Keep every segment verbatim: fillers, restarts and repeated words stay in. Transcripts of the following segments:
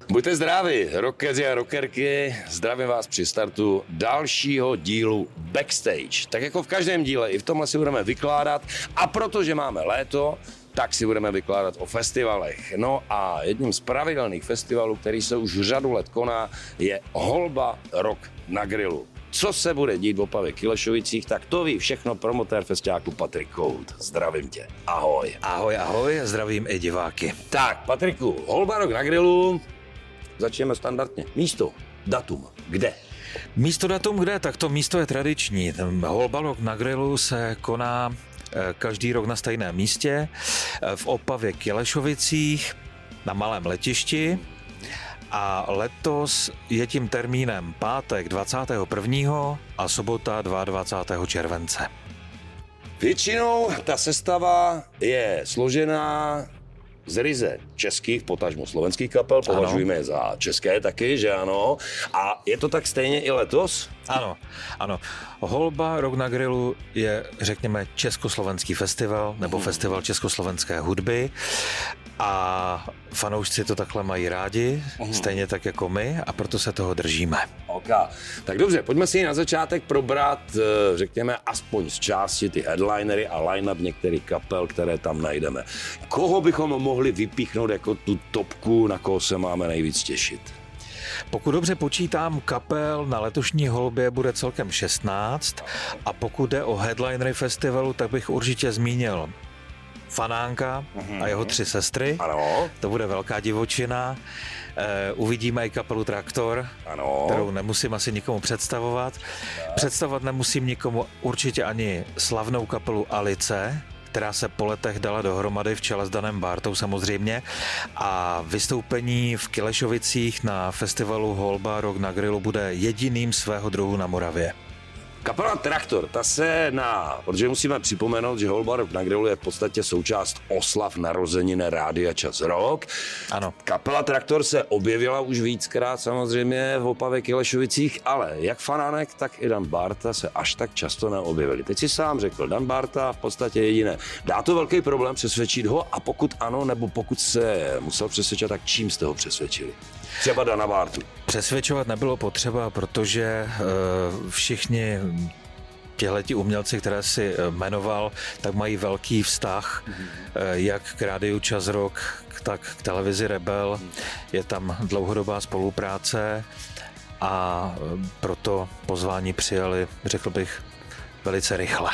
Buďte zdraví, rockeři a rockerky, zdravím vás při startu dalšího dílu Backstage. Tak jako v každém díle, i v tomhle si budeme vykládat a protože máme léto, tak si budeme vykládat o festivalech. No a jedním z pravidelných festivalů, který se už řadu let koná, je Holba Rock na grilu. Co se bude dít v Opavě Kilešovicích, tak to ví všechno promotér festiáku Patrik Kout. Zdravím tě. Ahoj. Ahoj, ahoj, zdravím i diváky. Tak, Patriku, Holba Rock na grilu, začneme standardně. Místo, datum, kde? Místo, datum, kde? Tak to místo je tradiční. Holba Rock na grilu se koná každý rok na stejném místě v Opavě Kilešovicích na malém letišti. A letos je tím termínem pátek dvacátého prvního a sobota dvacátého druhého července. Většinou ta sestava je složená z ryze českých, potažmo slovenských kapel, považujeme je za české taky, že ano. A je to tak stejně i letos? Ano, ano. Holba Rock na grilu je, řekněme, československý festival, nebo hmm. festival československé hudby. A fanoušci to takhle mají rádi, uhum. stejně tak jako my, a proto se toho držíme. OK. Tak dobře, pojďme si na začátek probrat, řekněme, aspoň z části ty headlinery a line-up některých kapel, které tam najdeme. Koho bychom mohli vypíchnout jako tu topku, na koho se máme nejvíc těšit? Pokud dobře počítám, kapel na letošní holbě bude celkem šestnáct a pokud jde o headlinery festivalu, tak bych určitě zmínil Fanánka a jeho tři sestry. Ano. To bude velká divočina. E, uvidíme i kapelu Traktor, ano. kterou nemusím asi nikomu představovat. Představovat nemusím nikomu určitě ani slavnou kapelu Alice, která se po letech dala dohromady v čele s Danem Bártou samozřejmě. A vystoupení v Kilešovicích na festivalu Holba Rock na grilu bude jediným svého druhu na Moravě. Kapela Traktor, ta se na, protože musíme připomenout, že Holba Rock na grilu je v podstatě součást oslav narozenin Rádia Čas Rock. Ano. Kapela Traktor se objevila už víckrát samozřejmě v Opavě Kilešovicích, ale jak Fanánek, tak i Dan Bárta se až tak často neobjevili. Teď si sám řekl, Dan Bárta v podstatě jediné. Dá to velký problém přesvědčit ho a pokud ano, nebo pokud se musel přesvědčit, tak čím jste ho přesvědčili? Třeba Dana Bártu. Přesvědčovat nebylo potřeba, protože uh, všichni těhleti umělci, které si jmenoval, tak mají velký vztah mm. jak k rádiu Čas Rock, tak k televizi Rebel. Mm. Je tam dlouhodobá spolupráce a proto pozvání přijali, řekl bych, velice rychle.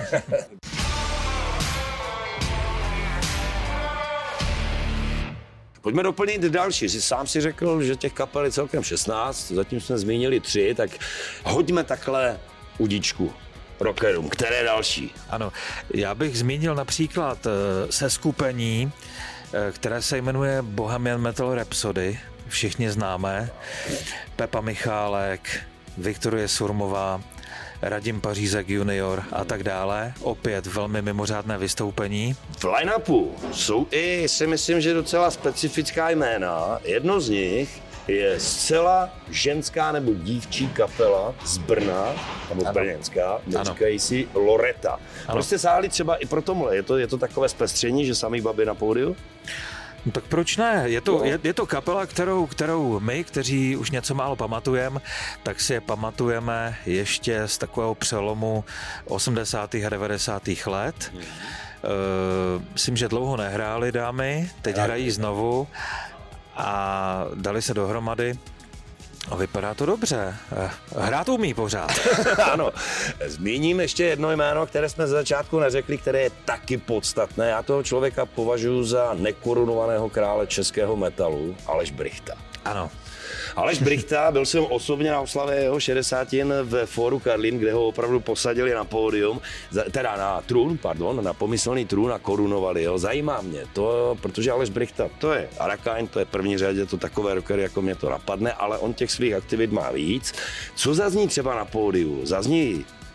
Pojďme doplnit další. Sám si řekl, že těch kapel je celkem šestnáct, zatím jsme zmínili tři, tak hoďme takhle udičku rockerům. Které další? Ano, já bych zmínil například seskupení, které se jmenuje Bohemian Metal Rhapsody, všichni známe, Pepa Michálek, Viktorie Surmová, Radim Pařízek junior a tak dále. Opět velmi mimořádné vystoupení. V line-upu jsou i, si myslím, že docela specifická jména. Jedno z nich je zcela ženská nebo dívčí kapela z Brna, nebo brněnská, říkají si Loreta. Ano. Prostě sáhli třeba i pro tomhle. Je to, je to takové zpestření, že samý babi na pódiu? No tak proč ne? Je to, je, je to kapela, kterou, kterou my, kteří už něco málo pamatujeme, tak si je pamatujeme ještě z takového přelomu osmdesátých a devadesátých let. Hmm. Uh, myslím, že dlouho nehráli dámy, teď Já hrají znovu a dali se dohromady. A vypadá to dobře. Hrát umí pořád. Ano. Zmíním ještě jedno jméno, které jsme z začátku neřekli, které je taky podstatné. Já toho člověka považuji za nekorunovaného krále českého metalu, Aleš Brychta. Ano. Aleš Brychta, byl jsem osobně na oslavě jeho šedesátin ve Fóru Karlín, kde ho opravdu posadili na pódium, teda na trůn, pardon, na pomyslný trůn a korunovali ho. Zajímá mě to, protože Aleš Brychta, to je Arakain, to je první řadě, to takové rockery, jako mě to napadne, ale on těch svých aktivit má víc. Co zazní třeba na pódiu? Zazní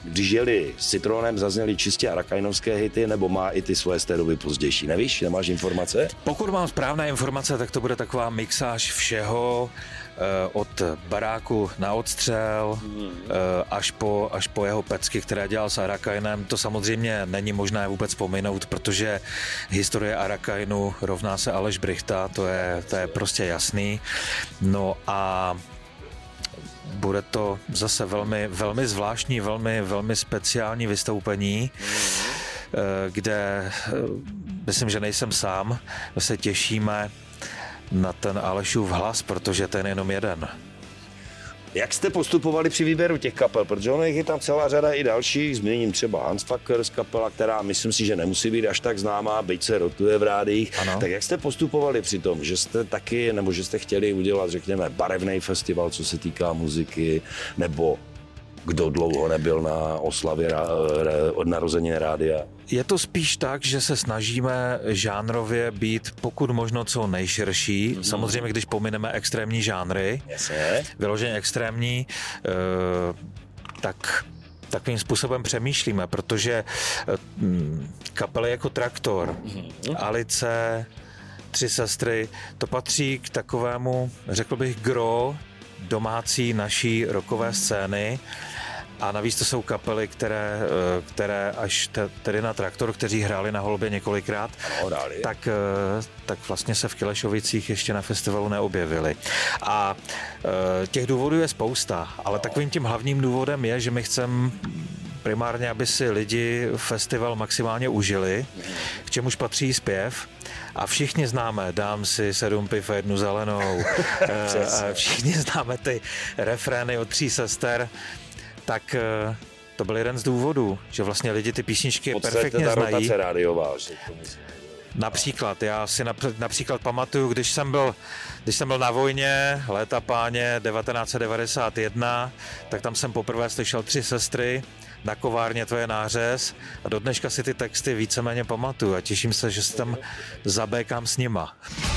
když jeli s Citronem, zazněly čistě arakajnovské hity, nebo má i ty svoje z té doby pozdější? Nevíš? Nemáš informace? Pokud mám správné informace, tak to bude taková mixáž všeho, od baráku na odstřel až po, až po jeho pecky, které dělal s Arakajnem. To samozřejmě není možné vůbec pominout, protože historie Arakajnu rovná se Aleš Brychta, to je, to je prostě jasný. No a bude to zase velmi, velmi zvláštní, velmi, velmi speciální vystoupení, kde myslím, že nejsem sám, se těšíme na ten Alešův hlas, protože ten je jenom jeden. Jak jste postupovali při výběru těch kapel? Protože ono je tam celá řada i dalších, zmíním třeba Hans Fackers kapela, která myslím si, že nemusí být až tak známá, byť se rotuje v rádiích. Ano. Tak jak jste postupovali při tom, že jste taky, nebo že jste chtěli udělat, řekněme, barevný festival, co se týká muziky, nebo kdo dlouho nebyl na oslavě od narozeniny rádia? Je to spíš tak, že se snažíme žánrově být pokud možno co nejširší. Mm-hmm. Samozřejmě, když pomineme extrémní žánry, Jasně. vyloženě extrémní, tak takovým způsobem přemýšlíme, protože kapely jako Traktor, mm-hmm. Alice, Tři sestry, to patří k takovému, řekl bych, gro domácí naší rockové scény. A navíc to jsou kapely, které, které až te, tedy na Traktor, kteří hráli na Holbě několikrát, ano, tak, tak vlastně se v Kilešovicích ještě na festivalu neobjevili. A těch důvodů je spousta, ale takovým tím hlavním důvodem je, že my chceme primárně, aby si lidi festival maximálně užili, k čemuž patří zpěv. A všichni známe, dám si sedm piv a jednu zelenou. Všichni známe ty refrény od Tří sester. Tak to byl jeden z důvodů, že vlastně lidi ty písničky perfektně ta znají. Rotace rádiová, že to Například, já si například pamatuju, když jsem byl, když jsem byl na vojně, léta páně devatenáct set devadesát jedna, tak tam jsem poprvé slyšel Tři sestry, Na kovárně to je nářez a do dneška si ty texty víceméně pamatuju a těším se, že se tam zabékám s nima.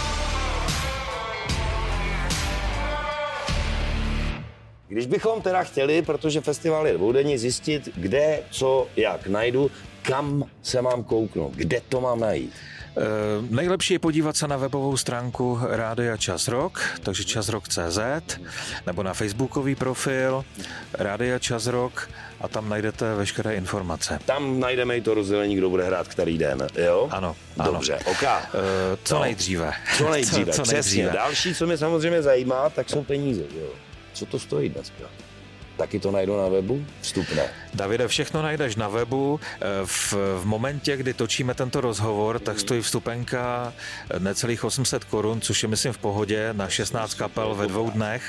Když bychom teda chtěli, protože festival je dvoudenní, zjistit, kde, co, jak najdu, kam se mám kouknout, kde to mám najít? E, nejlepší je podívat se na webovou stránku Rádia Čas Rock, takže časrock tečka cé zet, nebo na facebookový profil Rádia Čas Rock a tam najdete veškeré informace. Tam najdeme i to rozdělení, kdo bude hrát který den, jo? Ano. Dobře, ano. ok. E, co no. nejdříve. Co nejdříve, co, co přesně. nejdříve. Další, co mě samozřejmě zajímá, tak jsou peníze, jo? Co to stojí dneska? Taky to najdu na webu? Vstupné. Davide, všechno najdeš na webu. V, v momentě, kdy točíme tento rozhovor, tak stojí vstupenka necelých osm set korun, což je myslím v pohodě, na šestnáct kapel ve dvou dnech.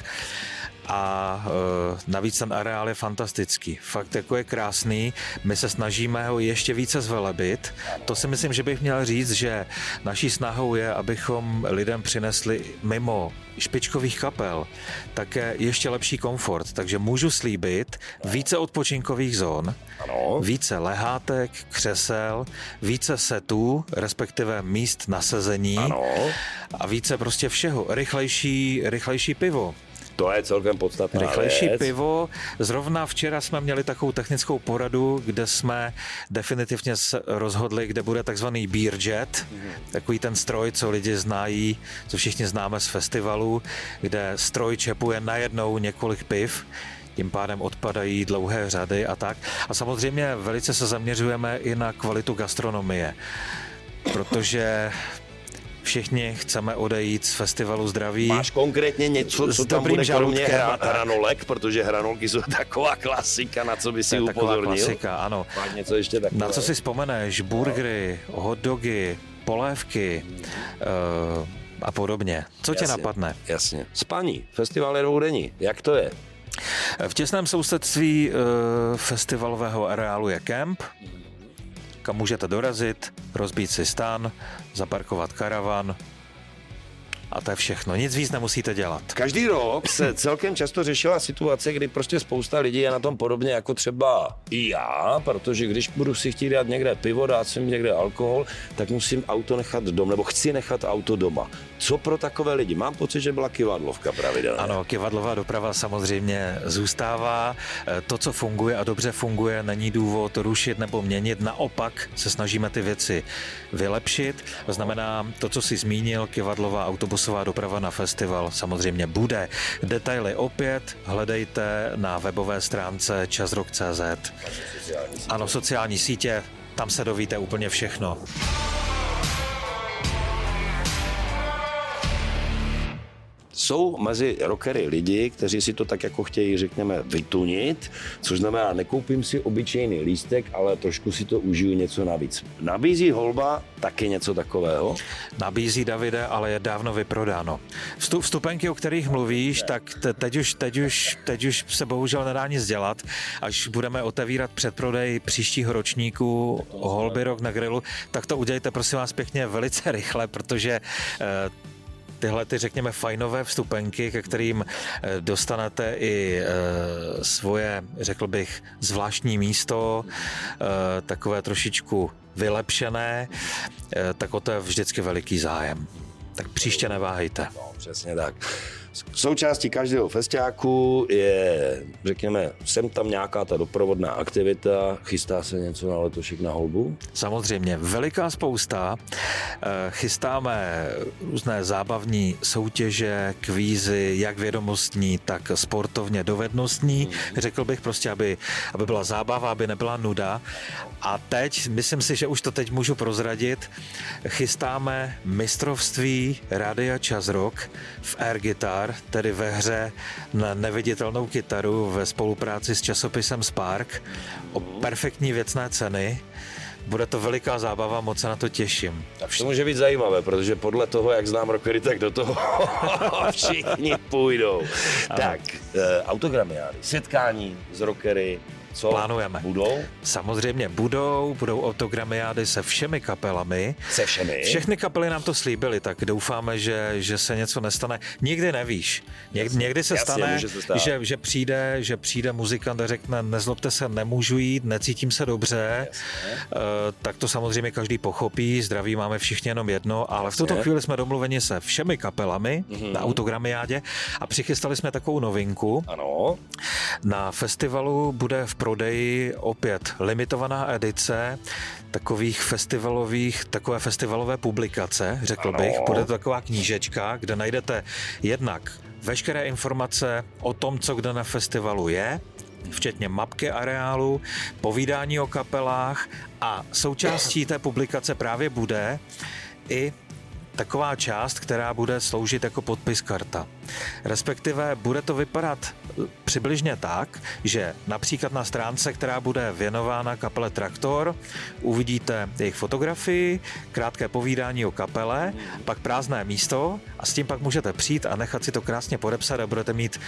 A e, navíc ten areál je fantastický. Fakt jako je krásný. My se snažíme ho ještě více zvelebit. To si myslím, že bych měl říct, že naší snahou je, abychom lidem přinesli mimo špičkových kapel také ještě lepší komfort. Takže můžu slíbit více odpočinkových zón, ano. více lehátek, křesel, více setů, respektive míst na sezení ano. a více prostě všeho. Rychlejší, rychlejší pivo. To je celkem podstatná Rychlejší věc. pivo. Zrovna včera jsme měli takovou technickou poradu, kde jsme definitivně rozhodli, kde bude takzvaný beer jet, mm. takový ten stroj, co lidi znají, co všichni známe z festivalu, kde stroj čepuje najednou několik piv, tím pádem odpadají dlouhé řady a tak. A samozřejmě velice se zaměřujeme i na kvalitu gastronomie, protože všichni chceme odejít z festivalu zdraví. Máš konkrétně něco, co tam bude kromě hra, hranolek, protože hranolky jsou taková klasika, na co by si upozornil? Taková klasika, ano. Máš něco ještě takové? Na co si vzpomeneš? Burgery, hot dogy, polévky uh, a podobně. Co jasně, tě napadne? Jasně. Spaní. Festival je dvoudenní. Jak to je? V těsném sousedství uh, festivalového areálu je kemp, kam můžete dorazit, rozbít si stan, zaparkovat karavan, A to je všechno, nic víc nemusíte dělat. Každý rok se celkem často řešila situace, kdy prostě spousta lidí je na tom podobně jako třeba i já, protože když budu si chtít dát někde pivo, dát si někde alkohol, tak musím auto nechat doma, nebo chci nechat auto doma. Co pro takové lidi? Mám pocit, že byla kyvadlovka pravidelně. Ano, kyvadlová doprava samozřejmě zůstává. To, co funguje a dobře funguje, není důvod rušit nebo měnit. Naopak se snažíme ty věci vylepšit. To znamená, to, co jsi zmínil, kyvadlová autobusová doprava na festival samozřejmě bude. Detaily opět hledejte na webové stránce časrock tečka cé zet. Ano, sociální sítě, tam se dovíte úplně všechno. Jsou mezi rockery lidi, kteří si to tak jako chtějí, řekněme, vytunit, což znamená, nekoupím si obyčejný lístek, ale trošku si to užiju něco navíc. Nabízí Holba taky něco takového? Nabízí, Davide, ale je dávno vyprodáno. Vstup, vstupenky, o kterých mluvíš, tak te, teď, už, teď, už, teď už se bohužel nedá nic dělat. Až budeme otevírat předprodej příštího ročníku Holby Rock na Grilu, tak to udělejte, prosím vás, pěkně velice rychle, protože eh, tyhle ty, řekněme, fajnové vstupenky, ke kterým dostanete i e, svoje, řekl bych, zvláštní místo, e, takové trošičku vylepšené, e, tak o to je vždycky veliký zájem. Tak příště neváhejte. No, přesně tak. Součástí každého festiáku je, řekněme, sem tam nějaká ta doprovodná aktivita. Chystá se něco na letošek na Holbu? Samozřejmě, veliká spousta. Chystáme různé zábavní soutěže, kvízy, jak vědomostní, tak sportovně dovednostní. Řekl bych prostě, aby, aby byla zábava, aby nebyla nuda. A teď, myslím si, že už to teď můžu prozradit, chystáme mistrovství Rádia Čas Rock v Air Guitar, tedy ve hře na neviditelnou kytaru ve spolupráci s časopisem Spark o perfektní věcné ceny. Bude to veliká zábava, moc se na to těším. Tak to může být zajímavé, protože podle toho, jak znám rockery, tak do toho všichni půjdou. Tak, e, autogramiády, setkání s rockery, co plánujeme. Budou? Samozřejmě budou, budou autogramiády se všemi kapelami. Se všemi? Všechny kapely nám to slíbily, tak doufáme, že, že se něco nestane. Nikdy nevíš. Něk, jasně, někdy se jasně, stane, se že, že, přijde, že přijde muzikant a řekne, nezlobte se, nemůžu jít, necítím se dobře. Uh, tak to samozřejmě každý pochopí, zdraví máme všichni jenom jedno, ale v tuto chvíli jsme domluveni se všemi kapelami mm-hmm. na autogramiádě a přichystali jsme takovou novinku. Ano. Na festivalu bude v prodeji opět limitovaná edice takových festivalových, takové festivalové publikace, řekl ano. bych. Bude to taková knížečka, kde najdete jednak veškeré informace o tom, co kde na festivalu je, včetně mapky areálu, povídání o kapelách a součástí té publikace právě bude i taková část, která bude sloužit jako podpis karta. Respektive bude to vypadat přibližně tak, že například na stránce, která bude věnována kapele Traktor, uvidíte jejich fotografii, krátké povídání o kapele, pak prázdné místo a s tím pak můžete přijít a nechat si to krásně podepsat a budete mít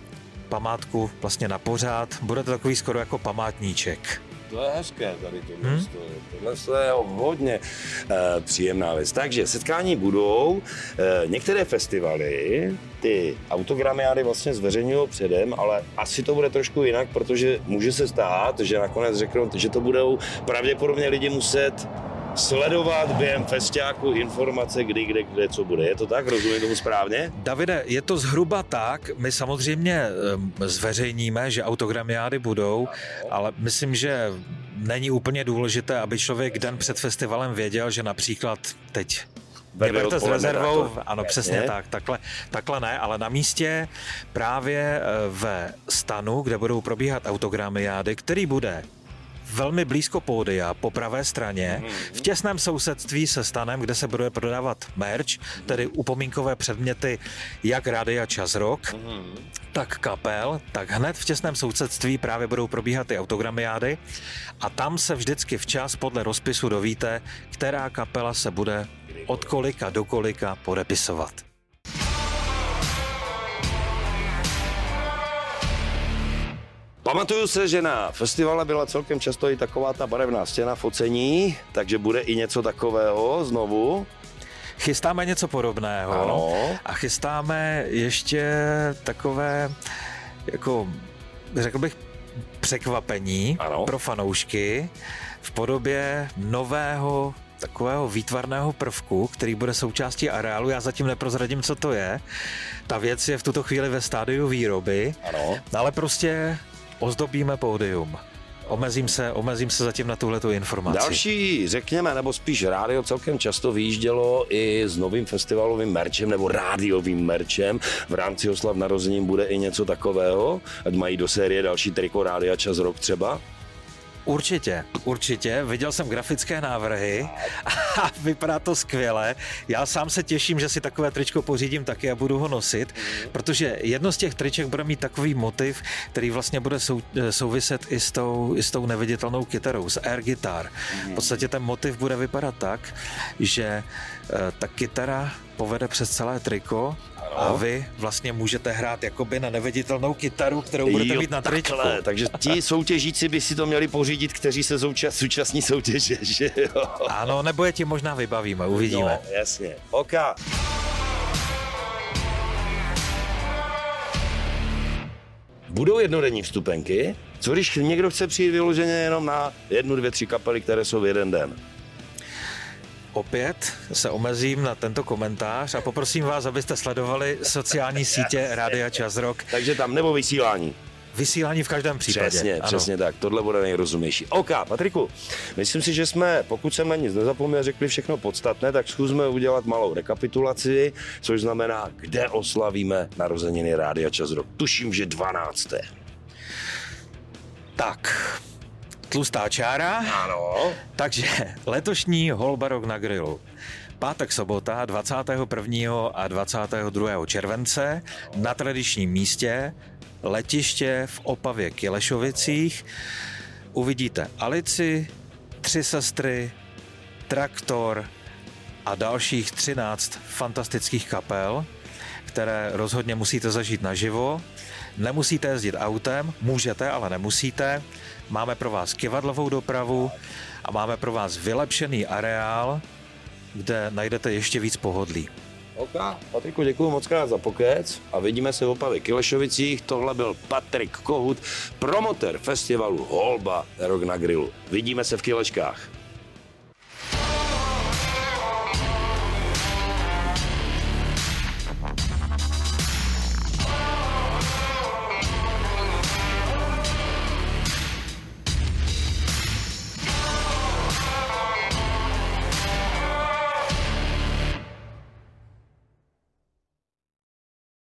památku vlastně na pořád. Bude to takový skoro jako památníček. To je hezké tady tohle. Hmm? Tohle je hodně e, příjemná věc. Takže setkání budou. E, některé festivaly ty autogramiády vlastně zveřejňují předem, ale asi to bude trošku jinak, protože může se stát, že nakonec řeknou, že to budou pravděpodobně lidi muset sledovat během festiáku informace, kdy, kde, kde, co bude. Je to tak? Rozumím tomu správně? Davide, je to zhruba tak. My samozřejmě zveřejníme, že autogramiády budou, ale myslím, že není úplně důležité, aby člověk den před festivalem věděl, že například teď neberte s rezervou, ano, přesně tak, takhle, takhle ne, ale na místě právě ve stanu, kde budou probíhat autogramiády, který bude velmi blízko pódia, po pravé straně, v těsném sousedství se stanem, kde se bude prodávat merch, tedy upomínkové předměty jak Rádia Čas Rock, tak kapel, tak hned v těsném sousedství právě budou probíhat ty autogramiády a tam se vždycky včas podle rozpisu dovíte, která kapela se bude od kolika do kolika podepisovat. Pamatuju se, že na festivale byla celkem často i taková ta barevná stěna focení, takže bude i něco takového znovu. chystáme něco podobného. Ano. A chystáme ještě takové, jako, řekl bych, překvapení ano. pro fanoušky v podobě nového takového výtvarného prvku, který bude součástí areálu. Já zatím neprozradím, co to je. Ta věc je v tuto chvíli ve stádiu výroby, ano. ale prostě ozdobíme pódium. Omezím se, omezím se zatím na tuhletu informaci. Další, řekněme, nebo spíš rádio celkem často vyjíždělo i s novým festivalovým merčem nebo rádiovým merčem. V rámci oslav narozením bude i něco takového, ať mají do série další triko Rádia Čas Rock třeba. Určitě, určitě. Viděl jsem grafické návrhy a vypadá to skvěle. Já sám se těším, že si takové tričko pořídím taky a budu ho nosit, protože jedno z těch triček bude mít takový motiv, který vlastně bude sou, souviset i s tou, i s tou neviditelnou kytarou, s air guitar. V podstatě ten motiv bude vypadat tak, že ta kytara povede přes celé triko a vy vlastně můžete hrát jakoby na neviditelnou kytaru, kterou budete jo, mít na tričku. Takhle, takže ti soutěžíci by si to měli pořídit, kteří se zúčastní soutěže, že jo? Ano, nebo je ti možná vybavíme, uvidíme. No, jasně. OK. Budou jednodenní vstupenky? Co když někdo chce přijít vyloženě jenom na jednu, dvě, tři kapely, které jsou v jeden den? Opět se omezím na tento komentář a poprosím vás, abyste sledovali sociální sítě Rádia Čas Rock. Takže tam nebo vysílání? Vysílání v každém případě. Přesně, ano. přesně tak. Tohle bude nejrozumější. OK, Patriku, myslím si, že jsme, pokud jsem na nic nezapomněl, řekli všechno podstatné, tak zkusme udělat malou rekapitulaci, což znamená, kde oslavíme narozeniny Rádia Čas Rock. Tuším, že dvanácté Tak, tlustá čára. Ano. Takže letošní Holba Rock na grilu. Pátek, sobota, dvacátého prvního a dvacátého druhého července na tradičním místě, letiště v Opavě Kilešovicích. Uvidíte Alici, Tři sestry, Traktor a dalších třináct fantastických kapel, které rozhodně musíte zažít naživo. Nemusíte jezdit autem, můžete, ale nemusíte. Máme pro vás kivadlovou dopravu a máme pro vás vylepšený areál, kde najdete ještě víc pohodlí. OK, Patriku, děkuji moc krát za pokec a vidíme se v Opavě Kilešovicích. Tohle byl Patrik Kohut, promotér festivalu Holba Rock na grilu. Vidíme se v Kileškách.